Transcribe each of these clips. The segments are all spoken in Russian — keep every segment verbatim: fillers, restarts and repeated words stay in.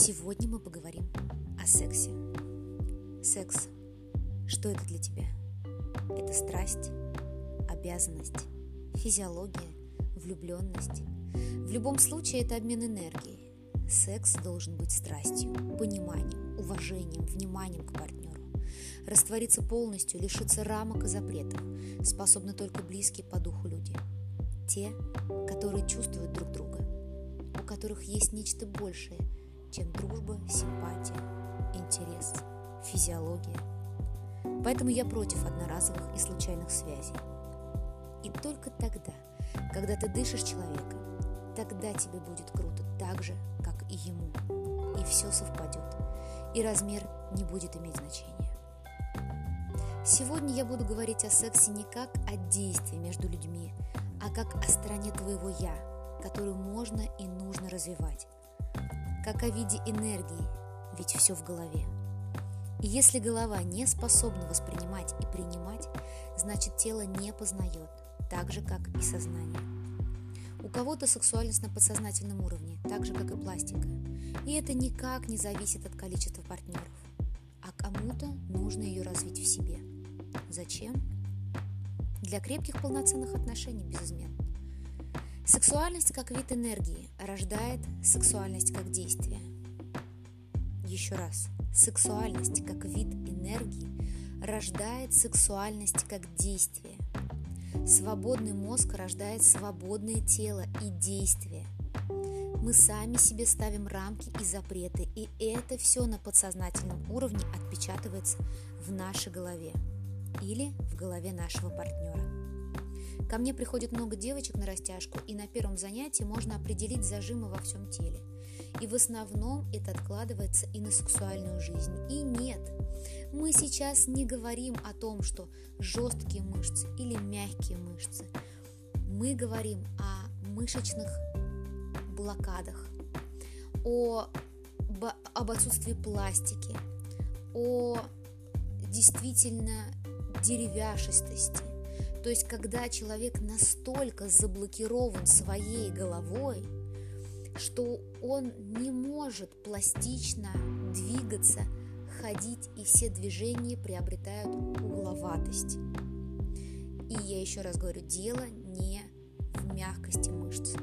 Сегодня мы поговорим о сексе. Секс. Что это для тебя? Это страсть, обязанность, физиология, влюбленность. В любом случае это обмен энергией. Секс должен быть страстью, пониманием, уважением, вниманием к партнеру. Раствориться полностью, лишиться рамок и запретов способны только близкие по духу люди. Те, которые чувствуют друг друга, у которых есть нечто большее, чем дружба, симпатия, интерес, физиология. Поэтому я против одноразовых и случайных связей. И только тогда, когда ты дышишь человека, тогда тебе будет круто так же, как и ему. И все совпадет, и размер не будет иметь значения. Сегодня я буду говорить о сексе не как о действии между людьми, а как о стороне твоего «я», которую можно и нужно развивать. Как о виде энергии, ведь все в голове. И если голова не способна воспринимать и принимать, значит тело не познает, так же, как и сознание. У кого-то сексуальность на подсознательном уровне, так же, как и пластика. И это никак не зависит от количества партнеров. А кому-то нужно ее развить в себе. Зачем? Для крепких полноценных отношений без измен. Сексуальность как вид энергии рождает сексуальность как действие. Еще раз. Сексуальность как вид энергии рождает сексуальность как действие. Свободный мозг рождает свободное тело и действие. Мы сами себе ставим рамки и запреты, и это все на подсознательном уровне отпечатывается в нашей голове или в голове нашего партнера. Ко мне приходит много девочек на растяжку, и на первом занятии можно определить зажимы во всем теле. И в основном это откладывается и на сексуальную жизнь. И нет, мы сейчас не говорим о том, что жесткие мышцы или мягкие мышцы. Мы говорим о мышечных блокадах, о, об отсутствии пластики, о действительно деревяшистости. То есть, когда человек настолько заблокирован своей головой, что он не может пластично двигаться, ходить, и все движения приобретают угловатость. И я еще раз говорю, дело не в мягкости мышц.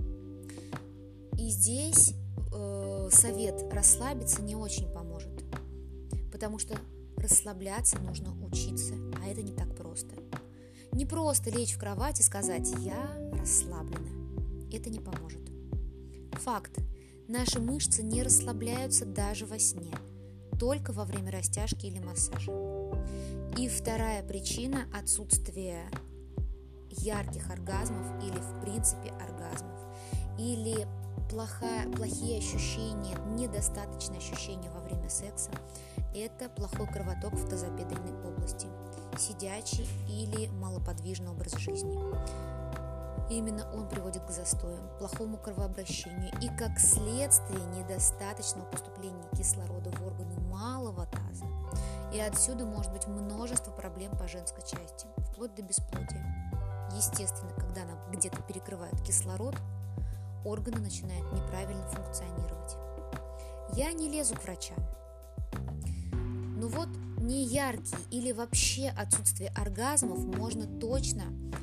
И здесь э, совет расслабиться не очень поможет, потому что расслабляться нужно учиться, а это не так просто. Не просто лечь в кровать и сказать «я расслаблена». Это не поможет. Факт. Наши мышцы не расслабляются даже во сне, только во время растяжки или массажа. И вторая причина – отсутствие ярких оргазмов или в принципе оргазмов, или плохая, плохие ощущения, недостаточное ощущение во время секса – это плохой кровоток в тазобедренной области, сидячий или малоподвижный образ жизни. Именно он приводит к застоям, плохому кровообращению и, как следствие, недостаточного поступления кислорода в органы малого таза. И отсюда может быть множество проблем по женской части, вплоть до бесплодия. Естественно, когда нам где-то перекрывают кислород, органы начинают неправильно функционировать. Я не лезу к врачам. Но вот неяркие или вообще отсутствие оргазмов можно точно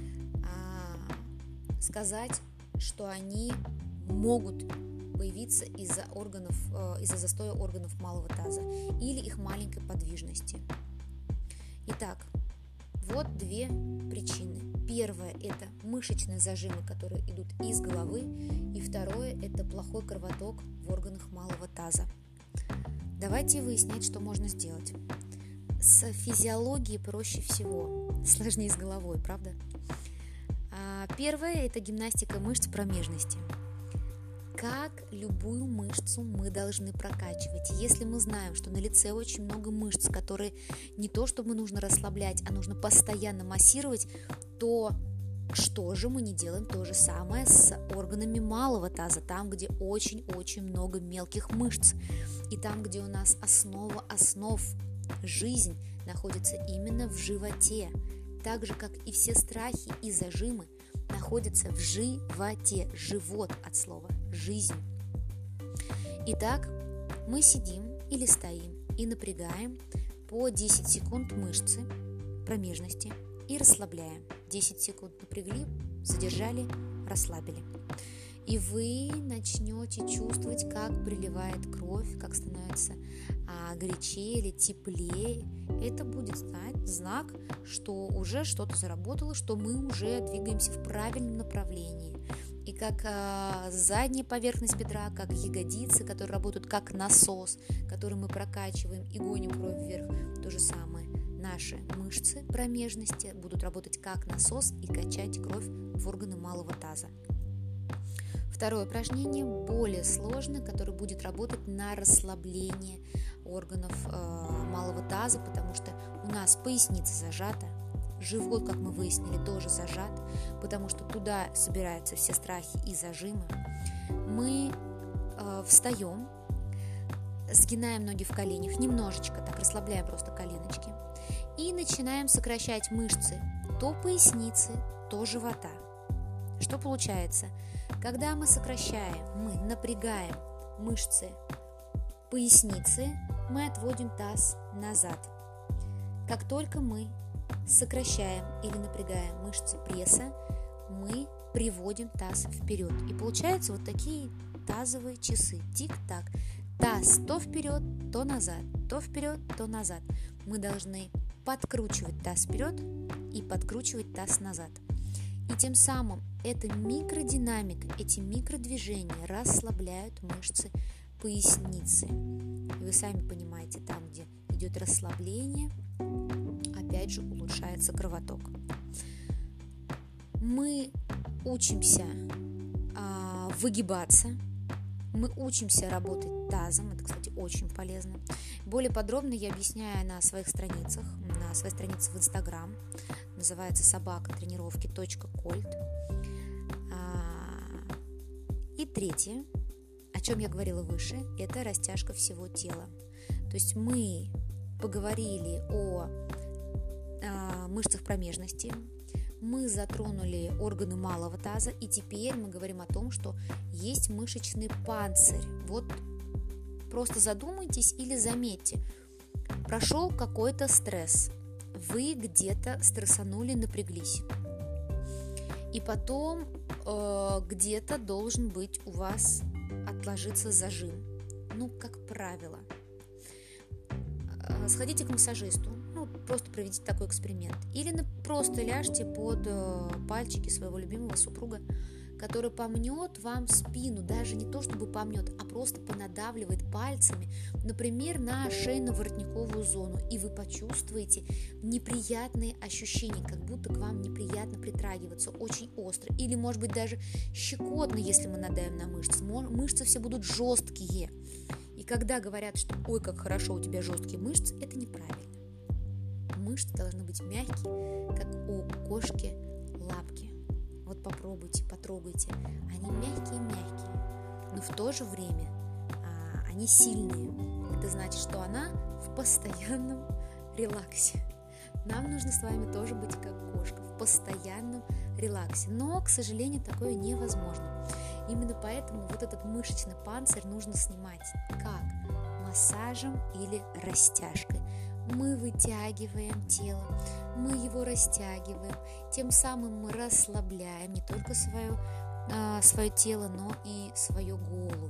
а, сказать, что они могут появиться из-за органов, э, из-за застоя органов малого таза или их маленькой подвижности. Итак, вот две причины. Первое – это мышечные зажимы, которые идут из головы, и второе – это плохой кровоток в органах малого таза. Давайте выяснять, что можно сделать. С физиологией проще всего, сложнее с головой, правда? Первое – это гимнастика мышц промежности. Как любую мышцу мы должны прокачивать. Если мы знаем, что на лице очень много мышц, которые не то чтобы нужно расслаблять, а нужно постоянно массировать, то что же мы не делаем то же самое с органами малого таза, там, где очень-очень много мелких мышц, и там, где у нас основа основ, жизнь находится именно в животе, так же, как и все страхи и зажимы находятся в животе, живот от слова жизнь. Итак, Мы сидим или стоим и напрягаем по десять секунд мышцы промежности и расслабляем. десять секунд напрягли, задержали, расслабили. И вы начнете чувствовать, как приливает кровь, как становится а, горячее или теплее. Это будет знать, знак, что уже что-то заработало, что мы уже двигаемся в правильном направлении. И как а, задняя поверхность бедра, как ягодицы, которые работают как насос, который мы прокачиваем и гоним кровь вверх, то же самое. Наши мышцы промежности будут работать как насос и качать кровь в органы малого таза. Второе упражнение более сложное, которое будет работать на расслабление органов э, малого таза, потому что у нас поясница зажата, живот, как мы выяснили, тоже зажат, потому что туда собираются все страхи и зажимы. Мы э, встаем, сгинаем ноги в коленях, немножечко так расслабляем просто коленочки и начинаем сокращать мышцы то поясницы, то живота. Что получается? Когда мы сокращаем, мы напрягаем мышцы поясницы, мы отводим таз назад. Как только мы сокращаем или напрягаем мышцы пресса, мы приводим таз вперед. И получаются вот такие тазовые часы. Тик-так. Таз то вперед, то назад, то вперед, то назад. Мы должны подкручивать таз вперед и подкручивать таз назад. И тем самым эта микродинамика, эти микродвижения расслабляют мышцы поясницы. И вы сами понимаете, там, где идет расслабление, опять же улучшается кровоток. Мы учимся а, выгибаться, мы учимся работать тазом, это, кстати, очень полезно. Более подробно я объясняю на своих страницах, на своей странице в Инстаграм, называется собака тренировки точка кольт. И третье, о чем я говорила выше, это растяжка всего тела. То есть мы поговорили о, о мышцах промежности, мы затронули органы малого таза, и теперь мы говорим о том, что есть мышечный панцирь. Вот просто задумайтесь или заметьте, прошел какой-то стресс, вы где-то стрессанули, напряглись, и потом э, где-то должен быть у вас отложиться зажим. Ну, как правило. Э, сходите к массажисту, ну, просто проведите такой эксперимент. Или просто ляжьте под э, пальчики своего любимого супруга, который помнет вам спину, даже не то чтобы помнет, а просто понадавливает пальцами, например, на шейно-воротниковую зону, и вы почувствуете неприятные ощущения, как будто к вам неприятно притрагиваться, очень остро, или, может быть, даже щекотно, если мы надавим на мышцы. Мышцы все будут жесткие. И когда говорят, что «ой, как хорошо, у тебя жесткие мышцы», это неправильно. Мышцы должны быть мягкие, как у кошки лапки. Вот попробуйте, потрогайте. Они мягкие-мягкие, но в то же время а, они сильные. Это значит, что она в постоянном релаксе. Нам нужно с вами тоже быть как кошка, в постоянном релаксе. Но, к сожалению, такое невозможно. Именно поэтому вот этот мышечный панцирь нужно снимать как? Массажем или растяжкой. Мы вытягиваем тело, мы его растягиваем, тем самым мы расслабляем не только свое, а, свое тело, но и свою голову.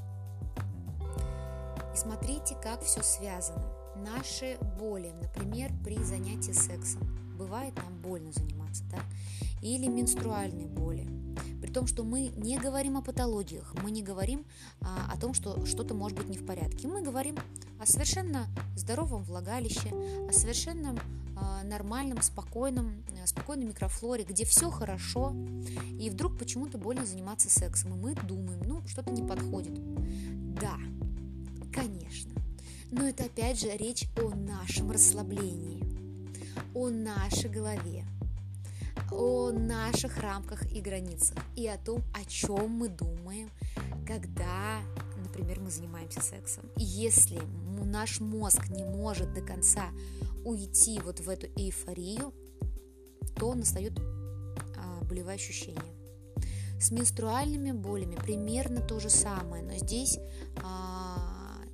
И смотрите, как все связано. Наши боли, например, при занятии сексом. Бывает нам больно заниматься, да? Или менструальные боли. При том, что мы не говорим о патологиях, мы не говорим а, о том, что что-то может быть не в порядке. Мы говорим о совершенно здоровом влагалище, о совершенно а, нормальном, спокойном, спокойной микрофлоре, где все хорошо, и вдруг почему-то больно заниматься сексом. И мы думаем, ну, что-то не подходит. Да, конечно. Но это опять же речь о нашем расслаблении, о нашей голове, о наших рамках и границах и о том, о чем мы думаем, когда, например, мы занимаемся сексом. И если наш мозг не может до конца уйти вот в эту эйфорию, то настает а, болевое ощущение. С менструальными болями примерно то же самое, но здесь а,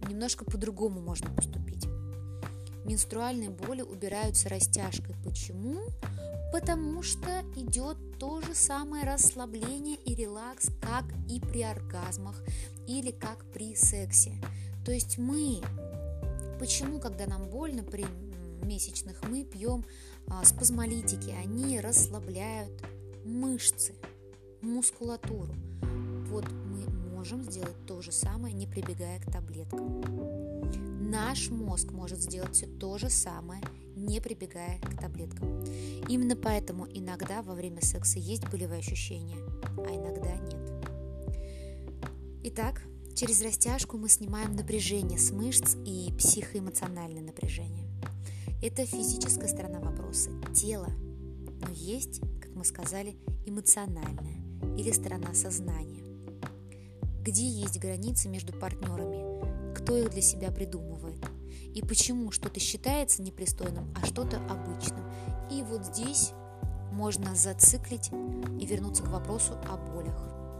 немножко по-другому можно поступить. Менструальные боли убираются растяжкой. Почему? Потому что идет то же самое расслабление и релакс, как и при оргазмах или как при сексе. То есть мы, почему, когда нам больно при месячных, мы пьем а, спазмолитики, они расслабляют мышцы, мускулатуру. Вот мы можем сделать то же самое, не прибегая к таблеткам. Наш мозг может сделать все то же самое, не прибегая к таблеткам. Именно поэтому иногда во время секса есть болевые ощущения, а иногда нет. Итак, через растяжку мы снимаем напряжение с мышц и психоэмоциональное напряжение. Это физическая сторона вопроса, тело, но есть, как мы сказали, эмоциональная или сторона сознания. Где есть границы между партнерами, кто их для себя придумывает, и почему что-то считается непристойным, а что-то обычным. И вот здесь можно зациклить и вернуться к вопросу о болях.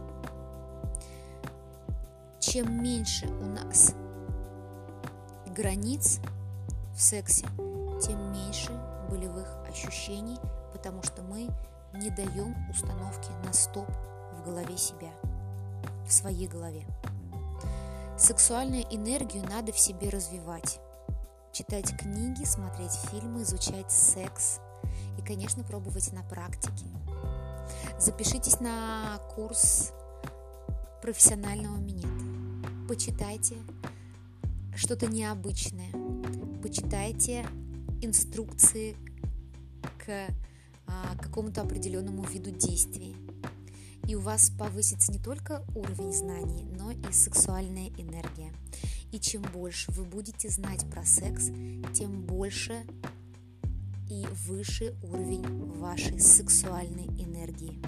Чем меньше у нас границ в сексе, тем меньше болевых ощущений, потому что мы не даем установки на стоп в голове себя, в своей голове. Сексуальную энергию надо в себе развивать. Читать книги, смотреть фильмы, изучать секс и, конечно, пробовать на практике. Запишитесь на курс профессионального минета. Почитайте что-то необычное. Почитайте инструкции к а, какому-то определенному виду действий. И у вас повысится не только уровень знаний, но и сексуальная энергия. И чем больше вы будете знать про секс, тем больше и выше уровень вашей сексуальной энергии.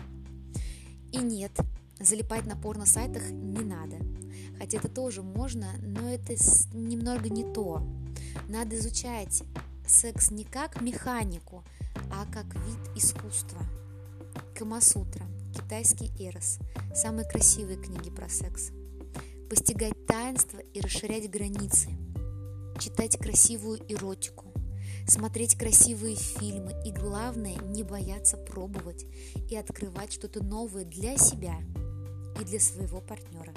И нет, залипать на порно-сайтах не надо. Хотя это тоже можно, но это немного не то. Надо изучать секс не как механику, а как вид искусства. Камасутра, китайский эрос, самые красивые книги про секс. Постигать таинства и расширять границы. Читать красивую эротику. Смотреть красивые фильмы. И главное, не бояться пробовать и открывать что-то новое для себя и для своего партнера.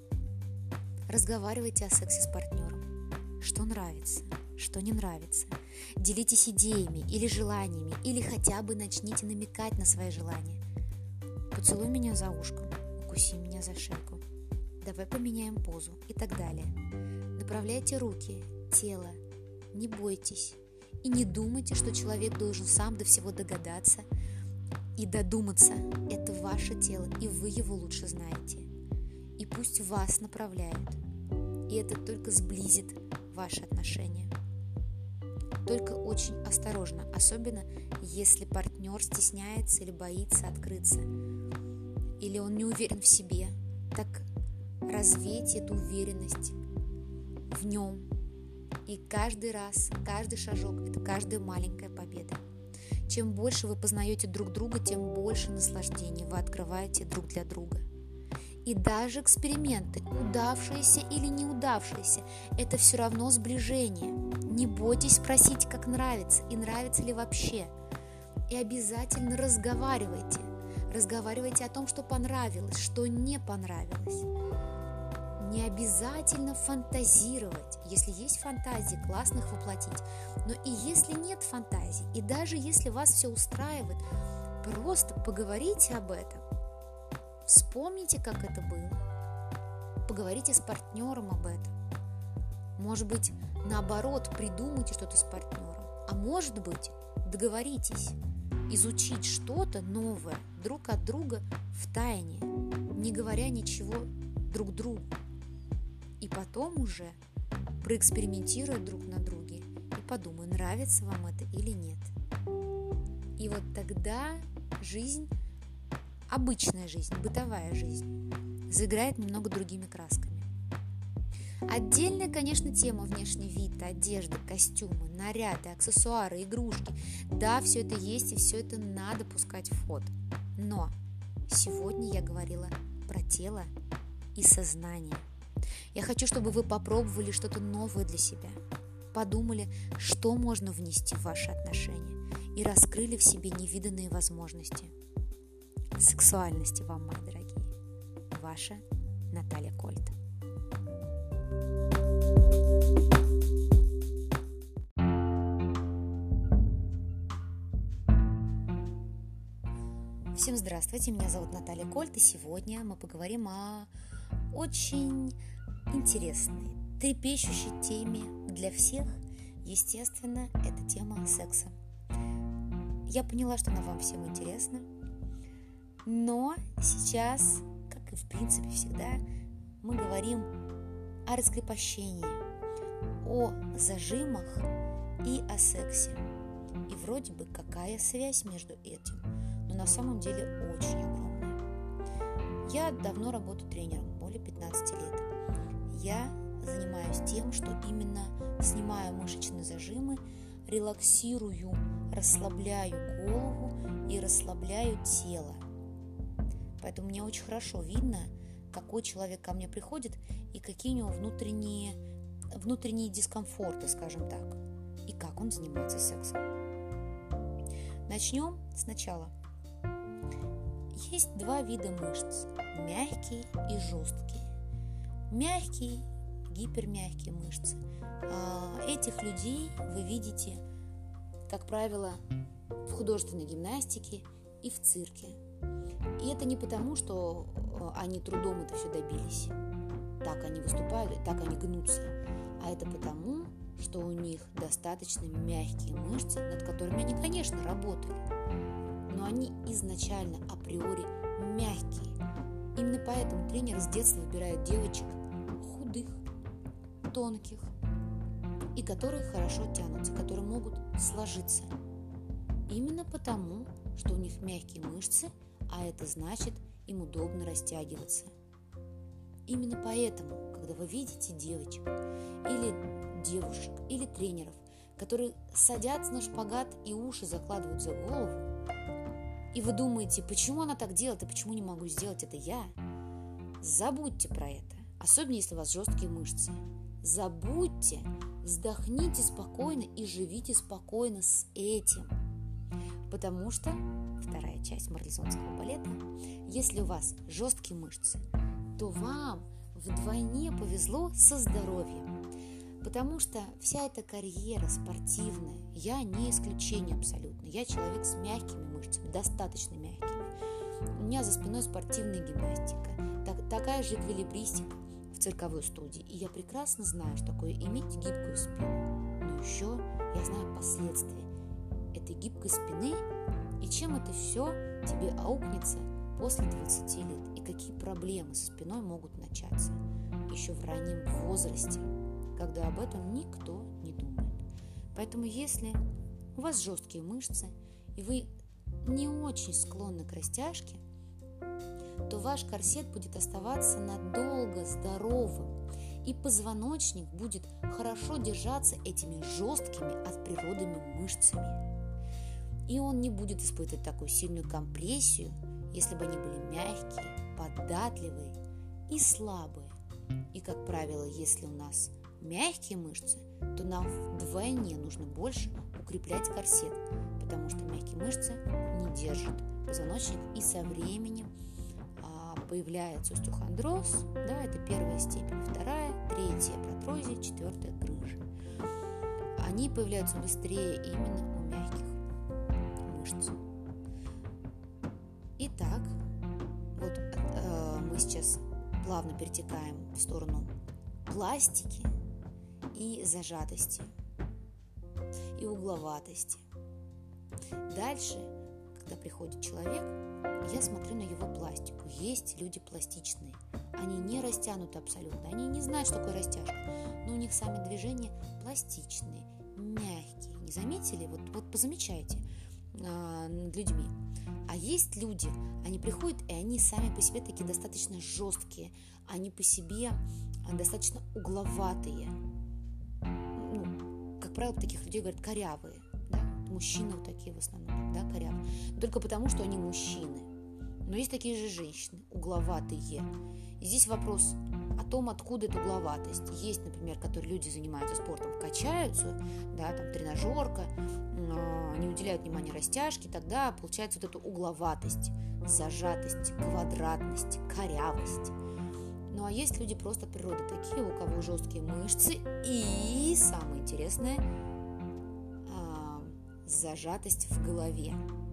Разговаривайте о сексе с партнером. Что нравится, что не нравится. Делитесь идеями или желаниями, или хотя бы начните намекать на свои желания. Поцелуй меня за ушко, укуси меня за шейку. Давай поменяем позу и так далее. Направляйте руки, тело, не бойтесь. И не думайте, что человек должен сам до всего догадаться и додуматься. Это ваше тело, и вы его лучше знаете. И пусть вас направляют. И это только сблизит ваши отношения. Только очень осторожно, особенно если партнер стесняется или боится открыться, или он не уверен в себе. Так развейте эту уверенность в нем. И каждый раз, каждый шажок – это каждая маленькая победа. Чем больше вы познаете друг друга, тем больше наслаждений вы открываете друг для друга. И даже эксперименты, удавшиеся или неудавшиеся, это все равно сближение. Не бойтесь спросить, как нравится и нравится ли вообще. И обязательно разговаривайте. Разговаривайте о том, что понравилось, что не понравилось. Не обязательно фантазировать. Если есть фантазии, классно их воплотить. Но и если нет фантазий, и даже если вас все устраивает, просто поговорите об этом. Вспомните, как это было. Поговорите с партнером об этом. Может быть, наоборот, придумайте что-то с партнером. А может быть, договоритесь изучить что-то новое друг от друга в тайне, не говоря ничего друг другу. И потом уже проэкспериментируя друг на друге и подумай, нравится вам это или нет. И вот тогда жизнь, обычная жизнь, бытовая жизнь, заиграет немного другими красками. Отдельная, конечно, тема внешний вид, одежда, костюмы, наряды, аксессуары, игрушки. Да, все это есть и все это надо пускать в ход. Но сегодня я говорила про тело и сознание. Я хочу, чтобы вы попробовали что-то новое для себя, подумали, что можно внести в ваши отношения, и раскрыли в себе невиданные возможности. Сексуальности вам, мои дорогие. Ваша Наталья Кольт. Всем здравствуйте, меня зовут Наталья Кольт, и сегодня мы поговорим о очень интересной, трепещущей теме для всех. Естественно, это тема секса. Я поняла, что она вам всем интересна, но сейчас, как и в принципе всегда, мы говорим о раскрепощении, о зажимах и о сексе. И вроде бы какая связь между этим? Но на самом деле очень огромная. Я давно работаю тренером, более пятнадцати лет. Я занимаюсь тем, что именно снимаю мышечные зажимы, релаксирую, расслабляю голову и расслабляю тело. Поэтому мне очень хорошо видно, какой человек ко мне приходит и какие у него внутренние, внутренние дискомфорты, скажем так, и как он занимается сексом. Начнем сначала. Есть два вида мышц – мягкие и жесткие. Мягкие, гипермягкие мышцы. Этих людей вы видите, как правило, в художественной гимнастике и в цирке. И это не потому, что они трудом это все добились. Так они выступают и так они гнутся. А это потому, что у них достаточно мягкие мышцы, над которыми они, конечно, работали. Но они изначально априори мягкие. Именно поэтому тренер с детства выбирает девочек худых, тонких и которые хорошо тянутся, которые могут сложиться. Именно потому, что у них мягкие мышцы, а это значит, им удобно растягиваться. Именно поэтому, когда вы видите девочек или девушек, или тренеров, которые садятся на шпагат и уши закладывают за голову, и вы думаете, почему она так делает, и почему не могу сделать это я? Забудьте про это, особенно если у вас жесткие мышцы. Забудьте, вздохните спокойно и живите спокойно с этим. Потому что, вторая часть марлезонского балета, если у вас жесткие мышцы, то вам вдвойне повезло со здоровьем. Потому что вся эта карьера спортивная, я не исключение абсолютно. Я человек с мягкими мышцами, достаточно мягкими. У меня за спиной спортивная гимнастика, так, такая же эквилибристика в цирковой студии. И я прекрасно знаю, что такое иметь гибкую спину. Но еще я знаю последствия этой гибкой спины и чем это все тебе аукнется после двадцати лет. И какие проблемы со спиной могут начаться еще в раннем возрасте, когда об этом никто не думает. Поэтому если у вас жесткие мышцы, и вы не очень склонны к растяжке, то ваш корсет будет оставаться надолго здоровым, и позвоночник будет хорошо держаться этими жесткими от природы мышцами. И он не будет испытывать такую сильную компрессию, если бы они были мягкие, податливые и слабые. И, как правило, если у нас мягкие мышцы, то нам вдвойне нужно больше укреплять корсет, потому что мягкие мышцы не держат позвоночник, и со временем а, появляется остеохондроз, да, это первая степень, вторая, третья протрузия, четвертая грыжа. Они появляются быстрее именно у мягких мышц. Итак, вот э, мы сейчас плавно перетекаем в сторону пластики и зажатости, и угловатости. Дальше, когда приходит человек, я смотрю на его пластику. Есть люди пластичные. Они не растянуты абсолютно. Они не знают, что такое растяжка. Но у них сами движения пластичные, мягкие. Не заметили? Вот, вот позамечайте а, над людьми. А есть люди, они приходят, и они сами по себе такие достаточно жесткие. Они по себе достаточно угловатые. Ну, как правило, таких людей говорят корявые. Да? Мужчины вот такие в основном, да, корявые. Но только потому, что они мужчины. Но есть такие же женщины, угловатые. И здесь вопрос, том, откуда эта угловатость. Есть, например, которые люди занимаются спортом, качаются, да, там тренажерка, не уделяют внимания растяжке, тогда получается вот эта угловатость, зажатость, квадратность, корявость. Ну а есть люди просто от природы такие, у кого жесткие мышцы и, самое интересное, зажатость в голове.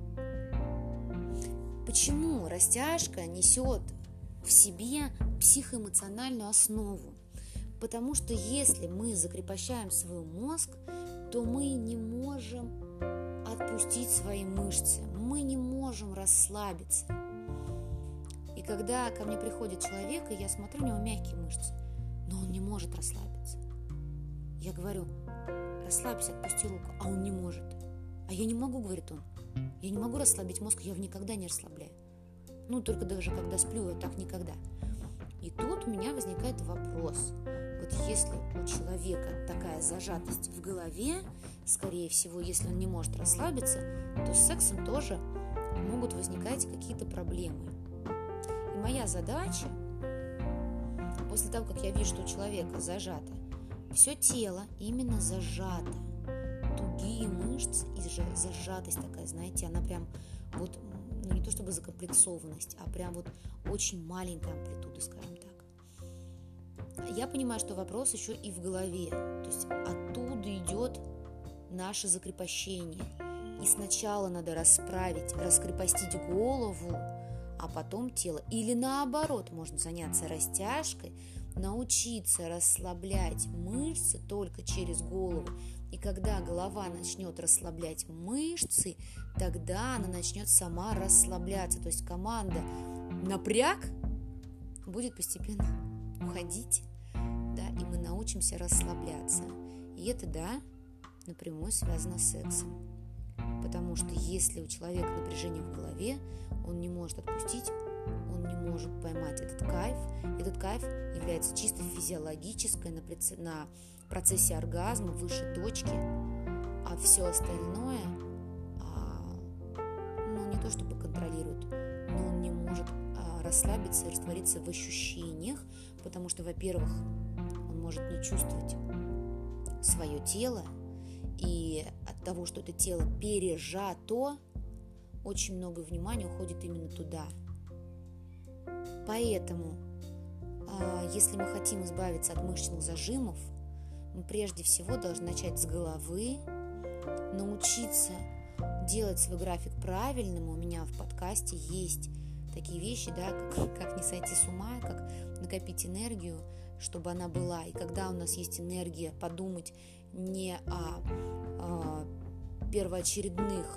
Почему растяжка несет в себе психоэмоциональную основу? Потому что если мы закрепощаем свой мозг, то мы не можем отпустить свои мышцы, мы не можем расслабиться. И когда ко мне приходит человек, и я смотрю, у него мягкие мышцы, но он не может расслабиться. Я говорю: расслабься, отпусти руку, а он не может. А я не могу, говорит он, я не могу расслабить мозг, я его никогда не расслабляю. Ну, только даже когда сплю, я так никогда. И тут у меня возникает вопрос. Вот если у человека такая зажатость в голове, скорее всего, если он не может расслабиться, то с сексом тоже могут возникать какие-то проблемы. И моя задача, после того, как я вижу, что у человека зажато все тело, именно зажато, тугие мышцы и зажатость такая, знаете, она прям вот, ну не то чтобы закомплексованность, а прям вот очень маленькая амплитуда, скажем так. Я понимаю, что вопрос еще и в голове, то есть оттуда идет наше закрепощение. И сначала надо расправить, раскрепостить голову, а потом тело. Или наоборот, можно заняться растяжкой, научиться расслаблять мышцы только через голову. И когда голова начнет расслаблять мышцы, тогда она начнет сама расслабляться. То есть команда «напряг» будет постепенно уходить, да, и мы научимся расслабляться. И это, да, напрямую связано с сексом. Потому что если у человека напряжение в голове, он не может отпустить, он не может поймать этот кайф. Этот кайф является чисто физиологической на процессе оргазма, высшей точки, а все остальное, ну, не то чтобы контролирует, но он не может расслабиться и раствориться в ощущениях, потому что, во-первых, он может не чувствовать свое тело, и от того, что это тело пережато, очень много внимания уходит именно туда. Поэтому, если мы хотим избавиться от мышечных зажимов, мы прежде всего должны начать с головы, научиться делать свой график правильным. У меня в подкасте есть такие вещи, да, как, как не сойти с ума, как накопить энергию, чтобы она была. И когда у нас есть энергия подумать не о, о первоочередных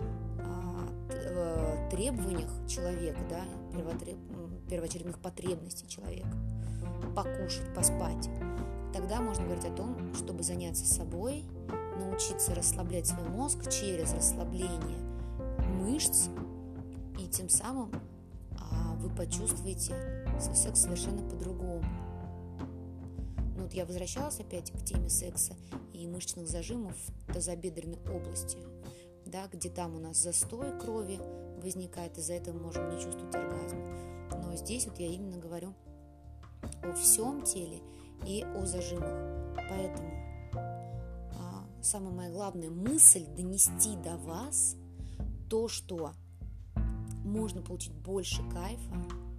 о, требованиях человека, да, первоочередных потребностей человека, покушать, поспать, тогда можно говорить о том, чтобы заняться собой, научиться расслаблять свой мозг через расслабление мышц, и тем самым а, вы почувствуете свой секс совершенно по-другому. Ну вот я возвращалась опять к теме секса и мышечных зажимов в тазобедренной области, да, где там у нас застой крови возникает, из-за этого мы можем не чувствовать оргазма. Но здесь вот я именно говорю о всем теле и о зажимах. Поэтому а, самая моя главная мысль – донести до вас то, что можно получить больше кайфа,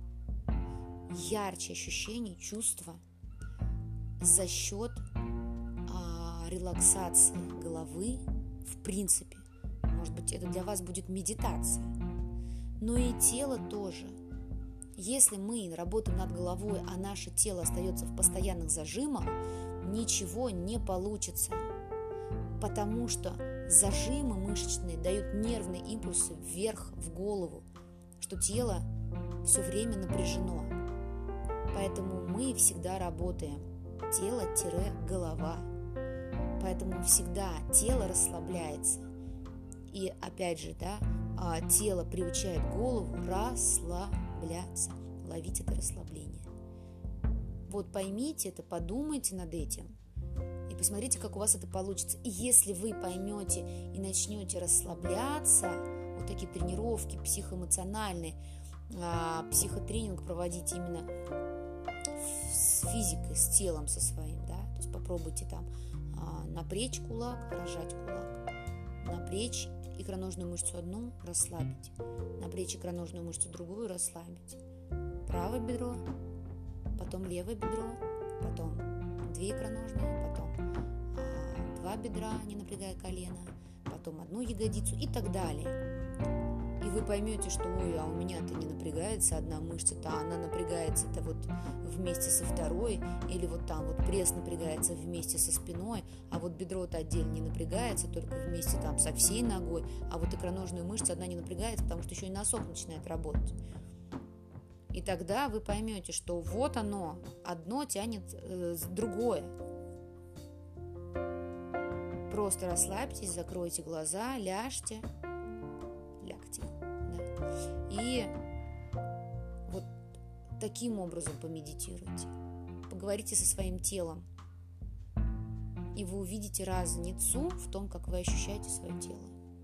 ярче ощущений, чувства за счет а, релаксации головы. В принципе, может быть, это для вас будет медитация, но и тело тоже. Если мы работаем над головой, а наше тело остается в постоянных зажимах, ничего не получится, потому что зажимы мышечные дают нервные импульсы вверх в голову, что тело все время напряжено. Поэтому мы всегда работаем тело-голова. Поэтому всегда тело расслабляется. И опять же, да, тело приучает голову расслабляться, ловить это расслабление. Вот поймите это, подумайте над этим и посмотрите, как у вас это получится. И если вы поймете и начнете расслабляться, вот такие тренировки психоэмоциональные, психотренинг проводить именно с физикой, с телом со своим, да, то есть попробуйте там напрячь кулак, разжать кулак, напрячь икроножную мышцу одну, расслабить, напрячь икроножную мышцу другую, расслабить, правое бедро, потом левое бедро, потом две икроножные, потом а, два бедра, не напрягая колено, потом одну ягодицу и так далее. И вы поймете, что ой, а у меня-то не напрягается одна мышца-то, она напрягается-то вот вместе со второй, или вот там вот пресс напрягается вместе со спиной, а вот бедро-то отдельно не напрягается, только вместе там со всей ногой, а вот икроножная мышца одна не напрягается, потому что еще и носок начинает работать. И тогда вы поймете, что вот оно, одно тянет э, другое. Просто расслабьтесь, закройте глаза, ляжьте, лягте, да. И вот таким образом помедитируйте. Поговорите со своим телом, и вы увидите разницу в том, как вы ощущаете свое тело.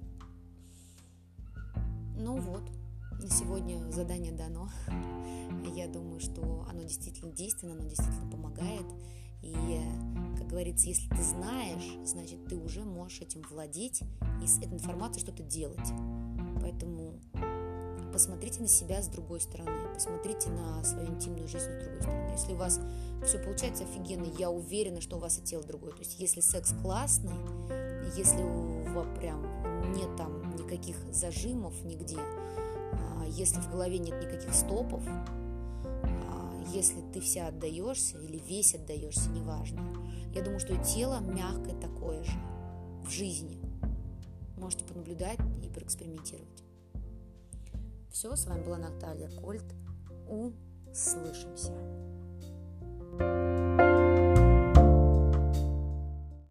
Ну вот, на сегодня задание дано. Я думаю, что оно действительно действенно, оно действительно помогает. И, как говорится, если ты знаешь, значит, ты уже можешь этим владеть и с этой информацией что-то делать. Поэтому посмотрите на себя с другой стороны, посмотрите на свою интимную жизнь с другой стороны. Если у вас все получается офигенно, я уверена, что у вас и тело другое. То есть если секс классный, если у вас прям нет там никаких зажимов нигде, если в голове нет никаких стопов, если ты вся отдаешься или весь отдаешься, неважно, я думаю, что и тело мягкое такое же в жизни. Можете понаблюдать и проэкспериментировать. Все, с вами была Наталья Кольт. Услышимся.